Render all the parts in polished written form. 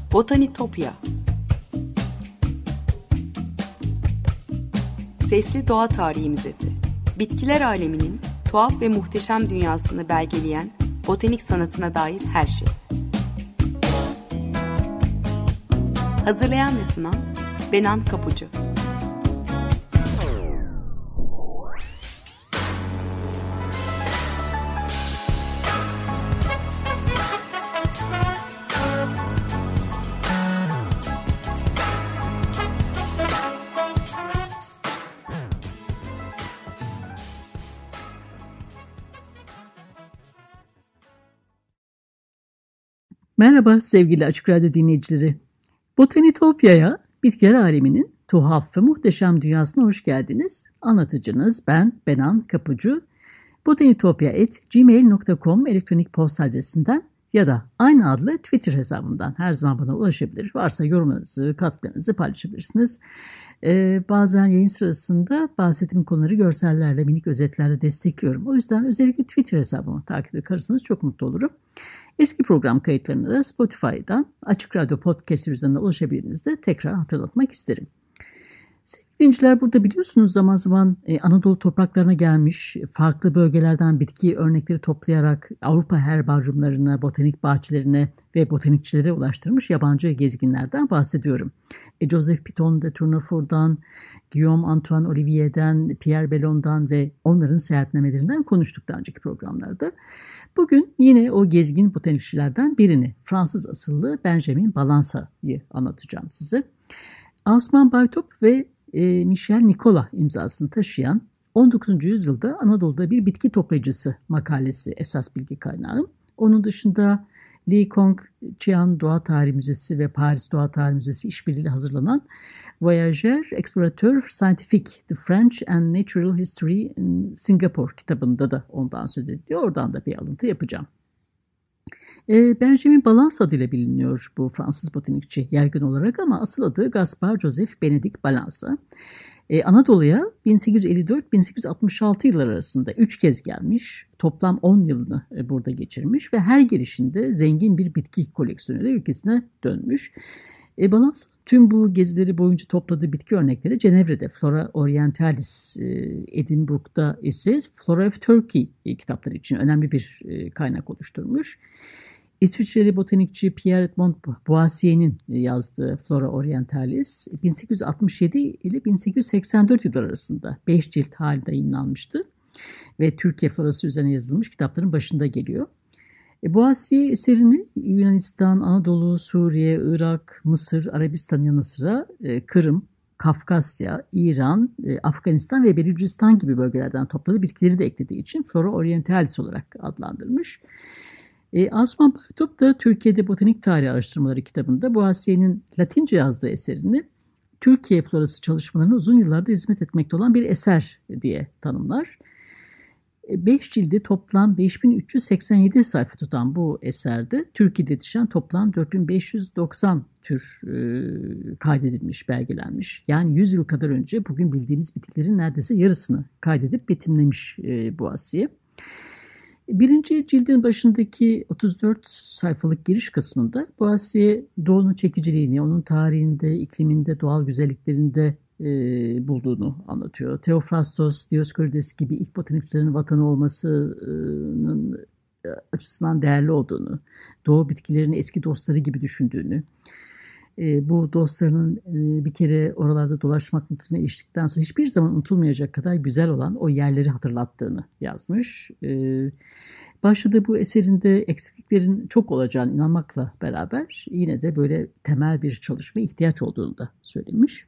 Botanitopya. Sesli Doğa Tarihi Müzesi. Bitkiler aleminin tuhaf ve muhteşem dünyasını belgeleyen botanik sanatına dair her şey. Hazırlayan ve sunan Benan Kapucu. Merhaba sevgili Açık Radyo dinleyicileri. Botanitopya'ya, bitkiler aleminin tuhaf ve muhteşem dünyasına hoş geldiniz. Anlatıcınız ben Benan Kapucu. botanitopya@gmail.com elektronik posta adresinden ya da aynı adlı Twitter hesabımdan her zaman bana ulaşabilir. Varsa yorumlarınızı, katkılarınızı paylaşabilirsiniz. Bazen yayın sırasında bahsettiğim konuları görsellerle, minik özetlerle destekliyorum. O yüzden özellikle Twitter hesabımı takip ederseniz çok mutlu olurum. Eski program kayıtlarını da Spotify'dan Açık Radyo Podcast üzerinden ulaşabildiğinizde tekrar hatırlatmak isterim. Sevgili dinleyiciler, burada biliyorsunuz zaman zaman Anadolu topraklarına gelmiş, farklı bölgelerden bitki örnekleri toplayarak Avrupa herbaryumlarına, botanik bahçelerine ve botanikçilere ulaştırmış yabancı gezginlerden bahsediyorum. Joseph Piton de Tournefort'dan, Guillaume Antoine Olivier'den, Pierre Bellon'dan ve onların seyahatnamelerinden konuştuk daha önceki programlarda. Bugün yine o gezgin botanikçilerden birini, Fransız asıllı Benjamin Balansa'yı anlatacağım size. Osman Baytop ve Michel Nicolas imzasını taşıyan 19. yüzyılda Anadolu'da bir bitki toplayıcısı makalesi esas bilgi kaynağım. Onun dışında Li Kong Chian Doğa Tarihi Müzesi ve Paris Doğa Tarihi Müzesi işbirliğiyle hazırlanan Voyageur Explorateur Scientifique The French and Natural History in Singapore kitabında da ondan söz ediliyor. Oradan da bir alıntı yapacağım. Benjamin Balans adıyla biliniyor bu Fransız botanikçi yaygın olarak ama asıl adı Gaspard Joseph Benedict Balansa. Anadolu'ya 1854-1866 yılları arasında 3 kez gelmiş, toplam 10 yılını burada geçirmiş ve her gelişinde zengin bir bitki koleksiyonuyla ülkesine dönmüş. Balans tüm bu gezileri boyunca topladığı bitki örnekleri Cenevre'de Flora Orientalis, Edinburgh'da ise Flora of Turkey kitapları için önemli bir kaynak oluşturmuş. İsviçreli botanikçi Pierre Edmond Boissier'in yazdığı Flora Orientalis 1867 ile 1884 yılları arasında 5 cilt halinde yayınlanmıştı ve Türkiye florası üzerine yazılmış kitapların başında geliyor. Boissier eserini Yunanistan, Anadolu, Suriye, Irak, Mısır, Arabistan yanı sıra Kırım, Kafkasya, İran, Afganistan ve Belucistan gibi bölgelerden topladığı bitkileri de eklediği için Flora Orientalis olarak adlandırmış. Osman Baytop da Türkiye'de Botanik Tarihi Araştırmaları kitabında Boissier'in Latince yazdığı eserini Türkiye florası çalışmalarına uzun yıllardır hizmet etmekte olan bir eser diye tanımlar. 5 cildi toplam 5387 sayfa tutan bu eserde Türkiye'de yetişen toplam 4590 tür kaydedilmiş, belgelenmiş. Yani 100 yıl kadar önce bugün bildiğimiz bitkilerin neredeyse yarısını kaydedip betimlemiş Boissier. Birinci cildin başındaki 34 sayfalık giriş kısmında Boissier doğanın çekiciliğini, onun tarihinde, ikliminde, doğal güzelliklerinde bulduğunu anlatıyor. Theophrastos, Dioscorides gibi ilk botanikçilerin vatanı olmasının açısından değerli olduğunu, doğu bitkilerini eski dostları gibi düşündüğünü, bu dostlarının bir kere oralarda dolaşmak mutluluğuna eriştikten sonra hiçbir zaman unutulmayacak kadar güzel olan o yerleri hatırlattığını yazmış. Başladığı bu eserinde eksikliklerin çok olacağını inanmakla beraber yine de böyle temel bir çalışmaya ihtiyaç olduğunu da söylemiş.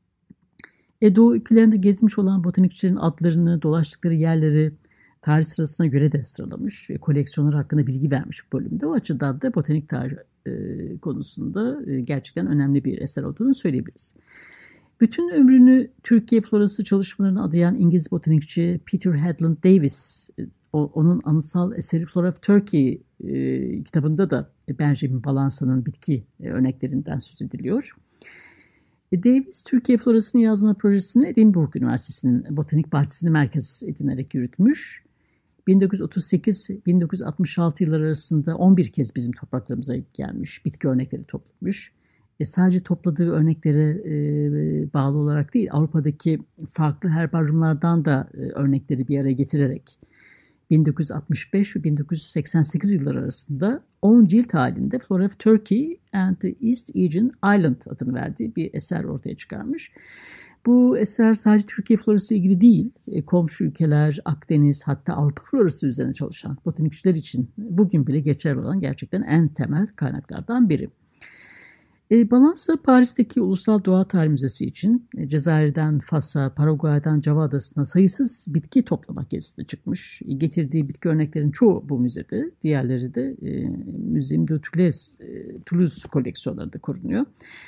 Doğu ülkelerinde gezmiş olan botanikçilerin adlarını, dolaştıkları yerleri tarih sırasına göre de sıralamış. Koleksiyonlar hakkında bilgi vermiş bu bölümde. O açıdan da botanik tarih konusunda gerçekten önemli bir eser olduğunu söyleyebiliriz. Bütün ömrünü Türkiye florası çalışmalarına adayan İngiliz botanikçi Peter Headland Davis, onun anısal eseri Flora of Turkey kitabında da Benjamin Balansa'nın bitki örneklerinden söz ediliyor. Davis, Türkiye florasını yazma projesini Edinburgh Üniversitesi'nin botanik bahçesini merkez edinerek yürütmüş. 1938-1966 yılları arasında 11 kez bizim topraklarımıza gelmiş, bitki örnekleri toplamış. Sadece topladığı örneklere bağlı olarak değil, Avrupa'daki farklı herbaryumlardan da örnekleri bir araya getirerek 1965 ve 1988 yılları arasında 10 cilt halinde Flora of Turkey and the East Aegean Island adını verdiği bir eser ortaya çıkarmış. Bu eser sadece Türkiye florası ile ilgili değil, komşu ülkeler, Akdeniz, hatta Avrupa florası üzerine çalışan botanikçiler için bugün bile geçerli olan gerçekten en temel kaynaklardan biri. Balansa Paris'teki Ulusal Doğa Tarihi Müzesi için Cezayir'den Fas'a, Paraguay'dan Java Adası'na sayısız bitki toplamak gezisine çıkmış. Getirdiği bitki örneklerin çoğu bu müzede, diğerleri de Muséum de Toulouse koleksiyonlarında korunuyor.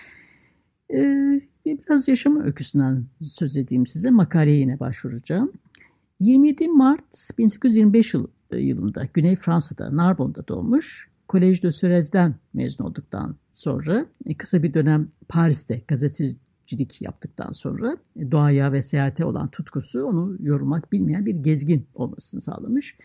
Biraz yaşam öyküsünden söz edeyim size. Makaleye yine başvuracağım. 27 Mart 1825 yılında Güney Fransa'da, Narbonne'da doğmuş. Collège de Sérès'den mezun olduktan sonra kısa bir dönem Paris'te gazetecilik yaptıktan sonra doğaya ve seyahate olan tutkusu onu yorulmak bilmeyen bir gezgin olmasını sağlamış.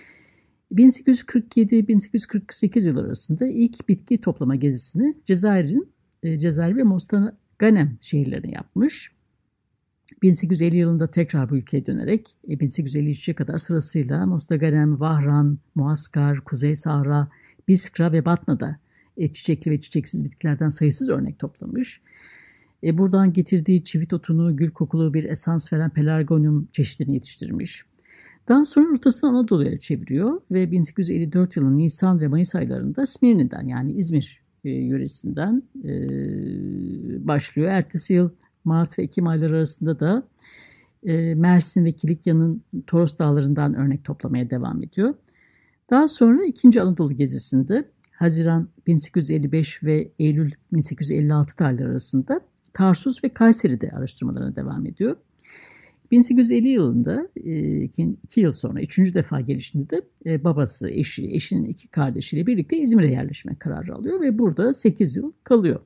1847-1848 yılları arasında ilk bitki toplama gezisini Cezayir ve Mostaganem şehirlerine yapmış. 1850 yılında tekrar bu ülkeye dönerek 1853'e kadar sırasıyla Mostaganem, Vahran, Muaskar, Kuzey Sahra, Biskra ve Batna'da çiçekli ve çiçeksiz bitkilerden sayısız örnek toplamış. Buradan getirdiği çivit otunu, gül kokulu bir esans veren pelargonium çeşidini yetiştirmiş. Daha sonra rotasını Anadolu'ya çeviriyor ve 1854 yılının Nisan ve Mayıs aylarında Smirne'den, yani İzmir yöresinden başlıyor. Ertesi yıl Mart ve Ekim ayları arasında da Mersin ve Kilikya'nın Toros Dağları'ndan örnek toplamaya devam ediyor. Daha sonra 2. Anadolu gezisinde Haziran 1855 ve Eylül 1856 tarihleri arasında Tarsus ve Kayseri'de araştırmalarına devam ediyor. 1850 yılında 2 yıl sonra 3. defa gelişinde de babası, eşinin 2 kardeşiyle birlikte İzmir'e yerleşme kararı alıyor ve burada 8 yıl kalıyor.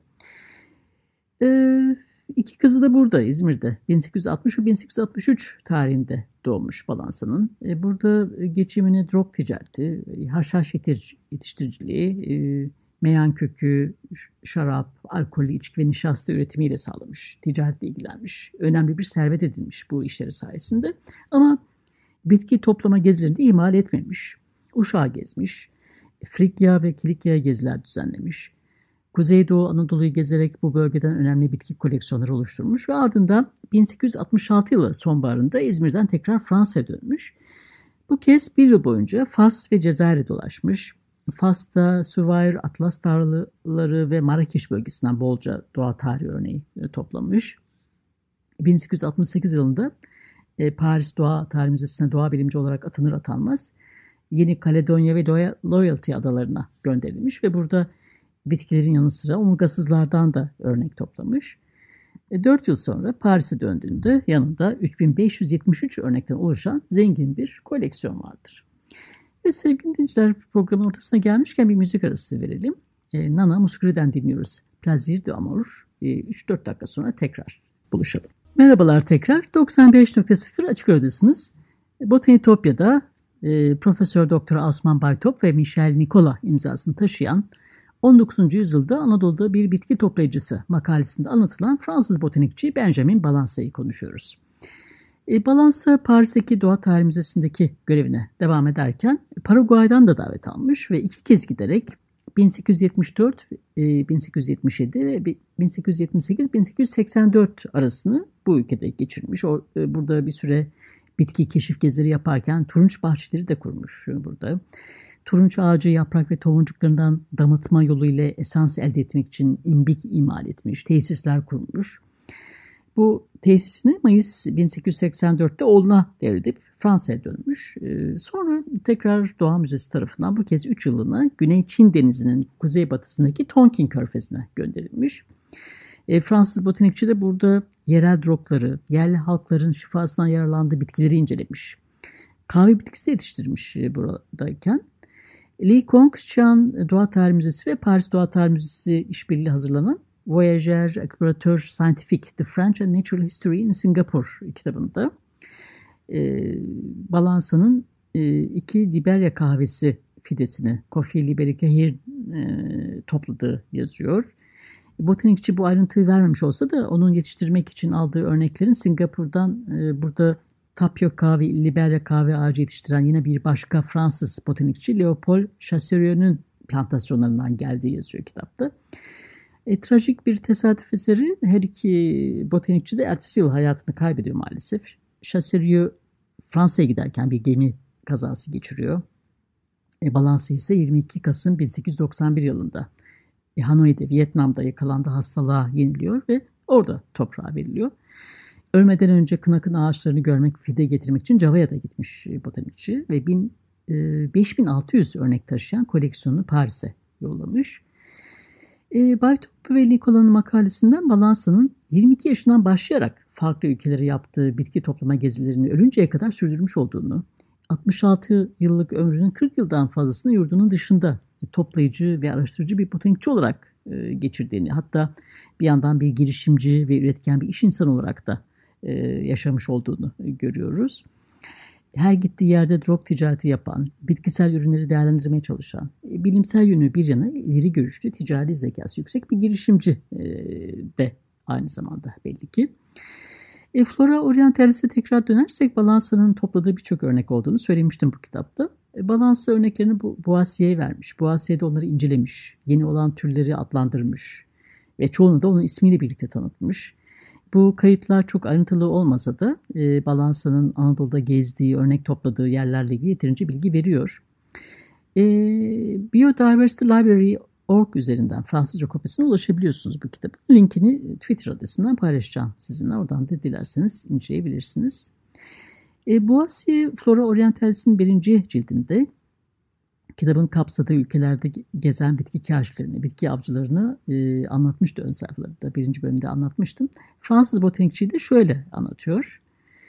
2 kızı da burada, İzmir'de. 1860 ve 1863 tarihinde doğmuş Balansa'nın. Burada geçimini drog ticareti, haşhaş yetiştiriciliği, meyan kökü, şarap, alkollü içki ve nişasta üretimiyle sağlamış. Ticaretle ilgilenmiş. Önemli bir servet edinmiş bu işleri sayesinde. Ama bitki toplama gezilerini de ihmal etmemiş. Uşak'ı gezmiş. Frikya ve Kilikya'ya geziler düzenlemiş. Kuzeydoğu Anadolu'yu gezerek bu bölgeden önemli bitki koleksiyonları oluşturmuş ve ardından 1866 yılı sonbaharında İzmir'den tekrar Fransa'ya dönmüş. Bu kez bir yıl boyunca Fas ve Cezayir'e dolaşmış. Fas'ta Süvayr, Atlas Dağları ve Marrakeş bölgesinden bolca doğa tarihi örneği toplamış. 1868 yılında Paris Doğa Tarihi Müzesi'ne doğa bilimci olarak atanır atanmaz Yeni Kaledonya ve Loyalty adalarına gönderilmiş ve burada bitkilerin yanı sıra omurgasızlardan da örnek toplamış. 4 yıl sonra Paris'e döndüğünde yanında 3573 örnekten oluşan zengin bir koleksiyon vardır. Ve sevgili dinleyiciler, programın ortasına gelmişken bir müzik arası verelim. Nana Mouskouri'den dinliyoruz. Plaisir de Amour. 3-4 dakika sonra tekrar buluşalım. Merhabalar tekrar. 95.0 Açık Radyo'dasınız. Botanitopya'da Profesör Doktor Osman Baytop ve Michel Nicola imzasını taşıyan 19. yüzyılda Anadolu'da bir bitki toplayıcısı makalesinde anlatılan Fransız botanikçi Benjamin Balansa'yı konuşuyoruz. Balansa Paris'teki Doğa Tarihi Müzesi'ndeki görevine devam ederken Paraguay'dan da davet almış ve 2 kez giderek 1874, 1877 ve 1878-1884 arasını bu ülkede geçirmiş. Burada bir süre bitki keşif gezileri yaparken turunç bahçeleri de kurmuş burada. Turunç ağacı yaprak ve tohumcuklarından damıtma yoluyla esans elde etmek için imbik imal etmiş, tesisler kurmuş. Bu tesisini Mayıs 1884'te oğluna devredip Fransa'ya dönmüş. Sonra tekrar Doğa Müzesi tarafından bu kez 3 yıllığına Güney Çin Denizi'nin kuzeybatısındaki Tonkin Körfezi'ne gönderilmiş. Fransız botanikçi de burada yerel drogları, yerli halkların şifasına yararlandığı bitkileri incelemiş. Kahve bitkisi de yetiştirmiş buradayken. Li Kongqian Doğa Tarihi Müzesi ve Paris Doğa Tarihi Müzesi işbirliği hazırlanan Voyageur Explorateur Scientifique The French and Natural History in Singapore kitabında Balansa'nın 2 Liberya kahvesi fidesini Coffea liberica here topladığı yazıyor. Botanikçi bu ayrıntıyı vermemiş olsa da onun yetiştirmek için aldığı örneklerin Singapur'dan burada tapyoka ve Liberya kahve ağacı yetiştiren yine bir başka Fransız botanikçi Leopold Chasseriau'nun plantasyonlarından geldiği yazıyor kitapta. Trajik bir tesadüf eseri her iki botanikçi de ertesi yıl hayatını kaybediyor maalesef. Chasseriau Fransa'ya giderken bir gemi kazası geçiriyor. Balansı ise 22 Kasım 1891 yılında Hanoi'de, Vietnam'da yakalandığı hastalığa yeniliyor ve orada toprağa veriliyor. Ölmeden önce kınakın ağaçlarını görmek, fide getirmek için Java'ya da gitmiş botanikçi ve 5600 örnek taşıyan koleksiyonunu Paris'e yollamış. Baytop ve Nicola'nın makalesinden Balansa'nın 22 yaşından başlayarak farklı ülkelere yaptığı bitki toplama gezilerini ölünceye kadar sürdürmüş olduğunu, 66 yıllık ömrünün 40 yıldan fazlasını yurdunun dışında toplayıcı ve araştırıcı bir botanikçi olarak geçirdiğini, hatta bir yandan bir girişimci ve üretken bir iş insanı olarak da yaşamış olduğunu görüyoruz. Her gittiği yerde drog ticareti yapan, bitkisel ürünleri değerlendirmeye çalışan, bilimsel yönü bir yana ileri görüşlü, ticari zekası yüksek bir girişimci de aynı zamanda belli ki. Flora Orientalis'e tekrar dönersek Balansa'nın topladığı birçok örnek olduğunu söylemiştim bu kitapta. Balansa örneklerini Boissier'e vermiş. Boissier de onları incelemiş, yeni olan türleri adlandırmış ve çoğunu da onun ismiyle birlikte tanıtmış. Bu kayıtlar çok ayrıntılı olmasa da Balansa'nın Anadolu'da gezdiği, örnek topladığı yerlerle ilgili yeterince bilgi veriyor. Biodiversitylibrary.org üzerinden Fransızca kopyasına ulaşabiliyorsunuz bu kitabın. Linkini Twitter adresimden paylaşacağım sizinle. Oradan da dilerseniz inceleyebilirsiniz. Boissier Flora Orientalis'in 1. cildinde kitabın kapsadığı ülkelerde gezen bitki kaşiflerini, bitki avcılarını anlatmıştı ön sayfalarında. 1. bölümde anlatmıştım. Fransız botanikçiyi de şöyle anlatıyor.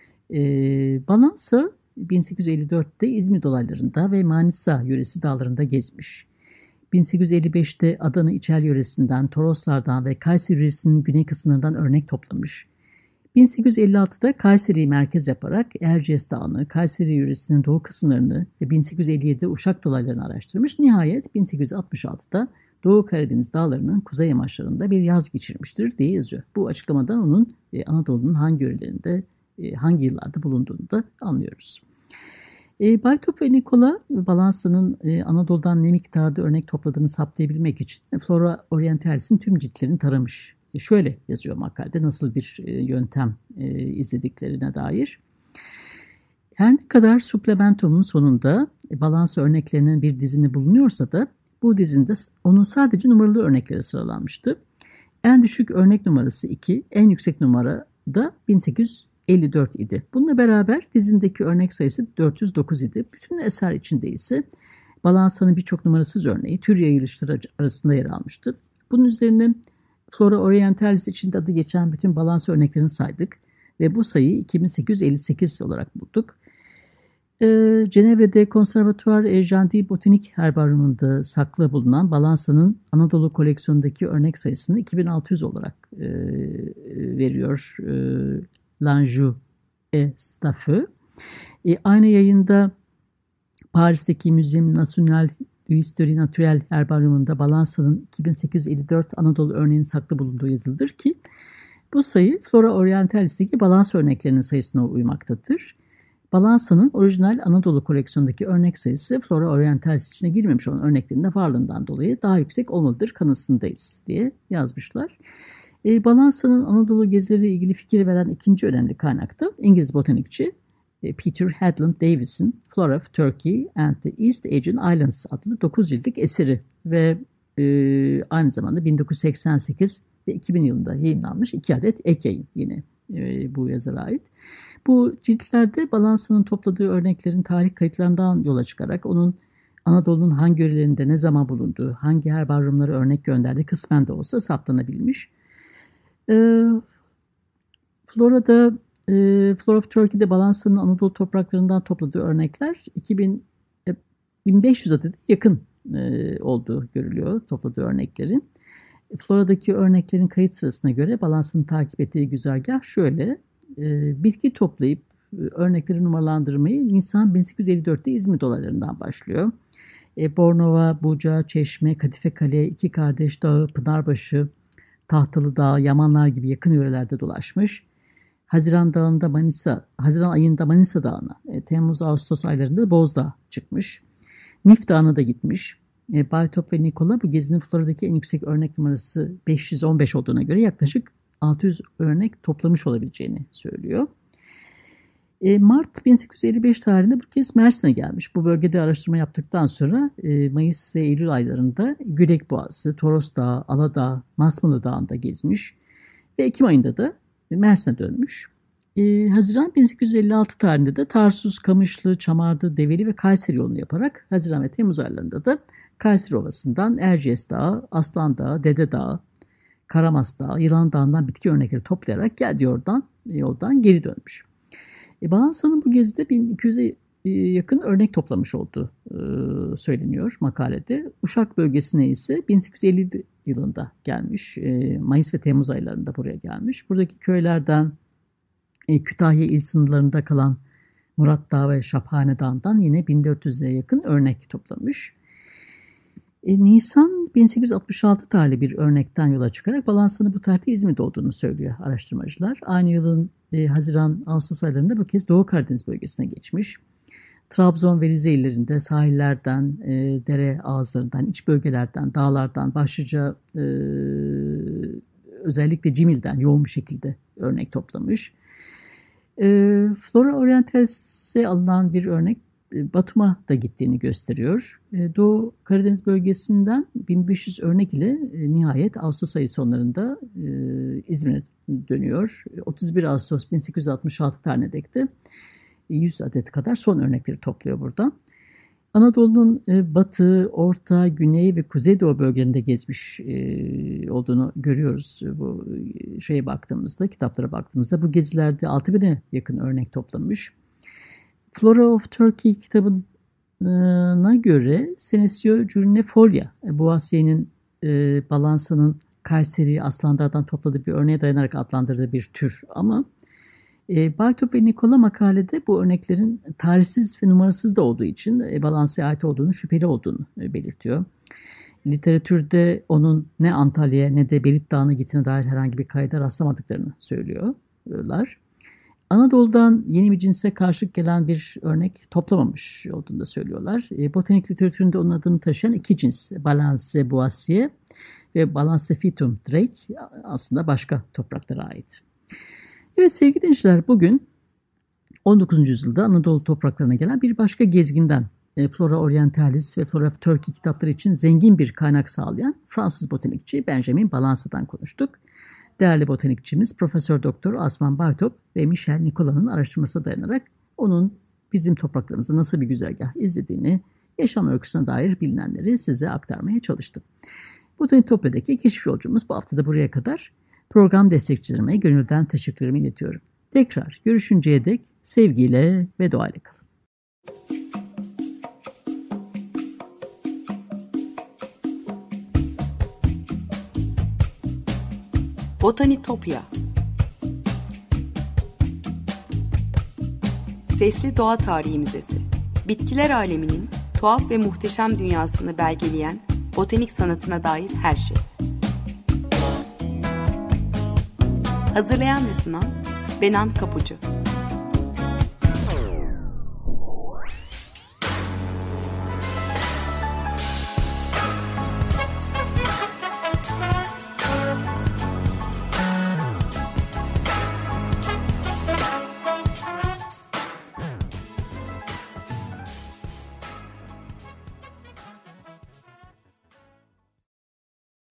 Balansa 1854'te İzmir dolaylarında ve Manisa yöresi dağlarında gezmiş. 1855'te Adana İçel yöresinden, Toroslardan ve Kayseri yöresinin güney kısımlarından örnek toplamış. 1856'da Kayseri'yi merkez yaparak Erciyes Dağı'nı, Kayseri yöresinin doğu kısımlarını ve 1857'de Uşak dolaylarını araştırmış. Nihayet 1866'da Doğu Karadeniz dağlarının kuzey yamaçlarında bir yaz geçirmiştir diye yazıyor. Bu açıklamadan onun Anadolu'nun hangi yörelerinde, hangi yıllarda bulunduğunu da anlıyoruz. Baytop ve Nicola Balansa'nın Anadolu'dan ne miktarda örnek topladığını saptayabilmek için Flora Orientalis'in tüm ciltlerini taramış. Şöyle yazıyor makalede nasıl bir yöntem izlediklerine dair. Her ne kadar suplementumun sonunda Balansa örneklerinin bir dizini bulunuyorsa da bu dizinde onun sadece numaralı örnekleri sıralanmıştı. En düşük örnek numarası 2, en yüksek numara da 1854 idi. Bununla beraber dizindeki örnek sayısı 409 idi. Bütün eser içinde ise Balansa'nın birçok numarasız örneği tür yayılışları arasında yer almıştı. Bunun üzerine Flora Orientalis içinde adı geçen bütün Balansa örneklerini saydık ve bu sayıyı 2858 olarak bulduk. Cenevre'de Konservatuar Jardin Botanik Herbaryumunda saklı bulunan Balansa'nın Anadolu koleksiyonundaki örnek sayısını 2600 olarak veriyor Lanjou et Staffeux. Aynı yayında Paris'teki Muséum National du Histoire Naturelle Herbaryumunda Balansa'nın 2854 Anadolu örneğinin saklı bulunduğu yazılıdır ki bu sayı Flora Orientalis'teki Balansa örneklerinin sayısına uymaktadır. Balansa'nın orijinal Anadolu koleksiyondaki örnek sayısı Flora Orientalis içine girmemiş olan örneklerin de varlığından dolayı daha yüksek olmalıdır kanısındayız diye yazmışlar. Balansa'nın Anadolu gezileriyle ilgili fikir veren ikinci önemli kaynak da İngiliz botanikçi Peter Hadland Davis'in Flora of Turkey and the East Aegean Islands adlı 9 ciltlik eseri ve aynı zamanda 1988 ve 2000 yılında yayınlanmış 2 adet ek yayın yine bu yazara ait. Bu ciltlerde Balansa'nın topladığı örneklerin tarih kayıtlarından yola çıkarak onun Anadolu'nun hangi yörelerinde ne zaman bulunduğu, hangi herbaryumlara örnek gönderdiği kısmen de olsa saptanabilmiş. Flora of Turkey'de Balansa'nın Anadolu topraklarından topladığı örnekler 1500 adede yakın olduğu görülüyor topladığı örneklerin. Flora'daki örneklerin kayıt sırasına göre Balansa'nın takip ettiği güzergah şöyle. Bitki toplayıp örnekleri numaralandırmayı Nisan 1854'te İzmit olaylarından başlıyor. Bornova, Buca, Çeşme, Kadife Kale, İki Kardeş Dağı, Pınarbaşı, Tahtalı Dağ, Yamanlar gibi yakın yörelerde dolaşmış. Haziran ayında Manisa Dağı'na, Temmuz-Ağustos aylarında Bozdağ çıkmış. Nif Dağı'na da gitmiş. Baytop ve Nikola bu gezinin Florida'daki en yüksek örnek numarası 515 olduğuna göre yaklaşık 600 örnek toplamış olabileceğini söylüyor. Mart 1855 tarihinde bu kez Mersin'e gelmiş. Bu bölgede araştırma yaptıktan sonra Mayıs ve Eylül aylarında Gülek Boğazı, Toros Dağı, Aladağ, Masmalı Dağı'nda gezmiş. Ve Ekim ayında da Mersin'e dönmüş. Haziran 1856 tarihinde de Tarsus, Kamışlı, Çamardı, Develi ve Kayseri yolunu yaparak Haziran ve Temmuz aylarında da Kayseri Ovası'ndan Erciyes Dağı, Aslan Dağı, Dede Dağı, Karamas Dağı, Yılan Dağı'ndan bitki örnekleri toplayarak geldiği yoldan geri dönmüş. Balansa'nın bu gezide 1200'e yakın örnek toplamış olduğu söyleniyor makalede. Uşak bölgesine ise 1850 yılında gelmiş. Mayıs ve Temmuz aylarında buraya gelmiş. Buradaki köylerden Kütahya il sınırlarında kalan Murat Dağı ve Şaphane Dağı'ndan yine 1400'e yakın örnek toplamış. Nisan 1866 tarihli bir örnekten yola çıkarak Balansa'nın bu tarihte İzmir'de olduğunu söylüyor araştırmacılar. Aynı yılın Haziran-Ağustos aylarında bu kez Doğu Karadeniz bölgesine geçmiş. Trabzon ve Rize illerinde sahillerden, dere ağızlarından, iç bölgelerden, dağlardan başlıca özellikle Cimil'den yoğun bir şekilde örnek toplamış. Flora Orientalis'e alınan bir örnek Batum'a da gittiğini gösteriyor. Doğu Karadeniz bölgesinden 1500 örnek ile nihayet Ağustos ayı sonlarında İzmir'e dönüyor. 31 Ağustos 1866 tarihine dek de 100 adet kadar son örnekleri topluyor buradan. Anadolu'nun batı, orta, güney ve kuzeydoğu bölgelerinde gezmiş olduğunu görüyoruz. Bu kitaplara baktığımızda bu gezilerde 6000'e yakın örnek toplamış. Flora of Turkey kitabına göre Senecio Jurnifolia, Boğaziçi'nin Balansa'nın Kayseri, Aslandağ'dan topladığı bir örneğe dayanarak adlandırdığı bir tür. Ama Baytop ve Nikola makalede bu örneklerin tarihsiz ve numarasız da olduğu için Balansa'ya ait olduğunu, şüpheli olduğunu belirtiyor. Literatürde onun ne Antalya'ya ne de Berit Dağı'na gittiğine dair herhangi bir kayda rastlamadıklarını söylüyorlar. Anadolu'dan yeni bir cinse karşılık gelen bir örnek toplamamış olduğunu da söylüyorlar. Botanik literatüründe onun adını taşıyan iki cins, Balansae boaceae ve Balansophytum drake aslında başka topraklara ait. Evet sevgili dinleyiciler, bugün 19. yüzyılda Anadolu topraklarına gelen bir başka gezginden Flora Orientalis ve Flora of Turkey kitapları için zengin bir kaynak sağlayan Fransız botanikçi Benjamin Balansa'dan konuştuk. Değerli botanikçimiz Profesör Doktor Osman Baytop ve Michel Nicola'nın araştırmasına dayanarak onun bizim topraklarımızda nasıl bir güzergah izlediğini, yaşam öyküsüne dair bilinenleri size aktarmaya çalıştım. Botanitopya'daki keşif yolcumuz bu hafta da buraya kadar. Program destekçilerime gönülden teşekkürlerimi iletiyorum. Tekrar görüşünceye dek sevgiyle ve duayla kalın. Botanitopya. Sesli Doğa Tarihi Müzesi. Bitkiler aleminin tuhaf ve muhteşem dünyasını belgeleyen botanik sanatına dair her şey. Hazırlayan ve sunan Benan Kapucu.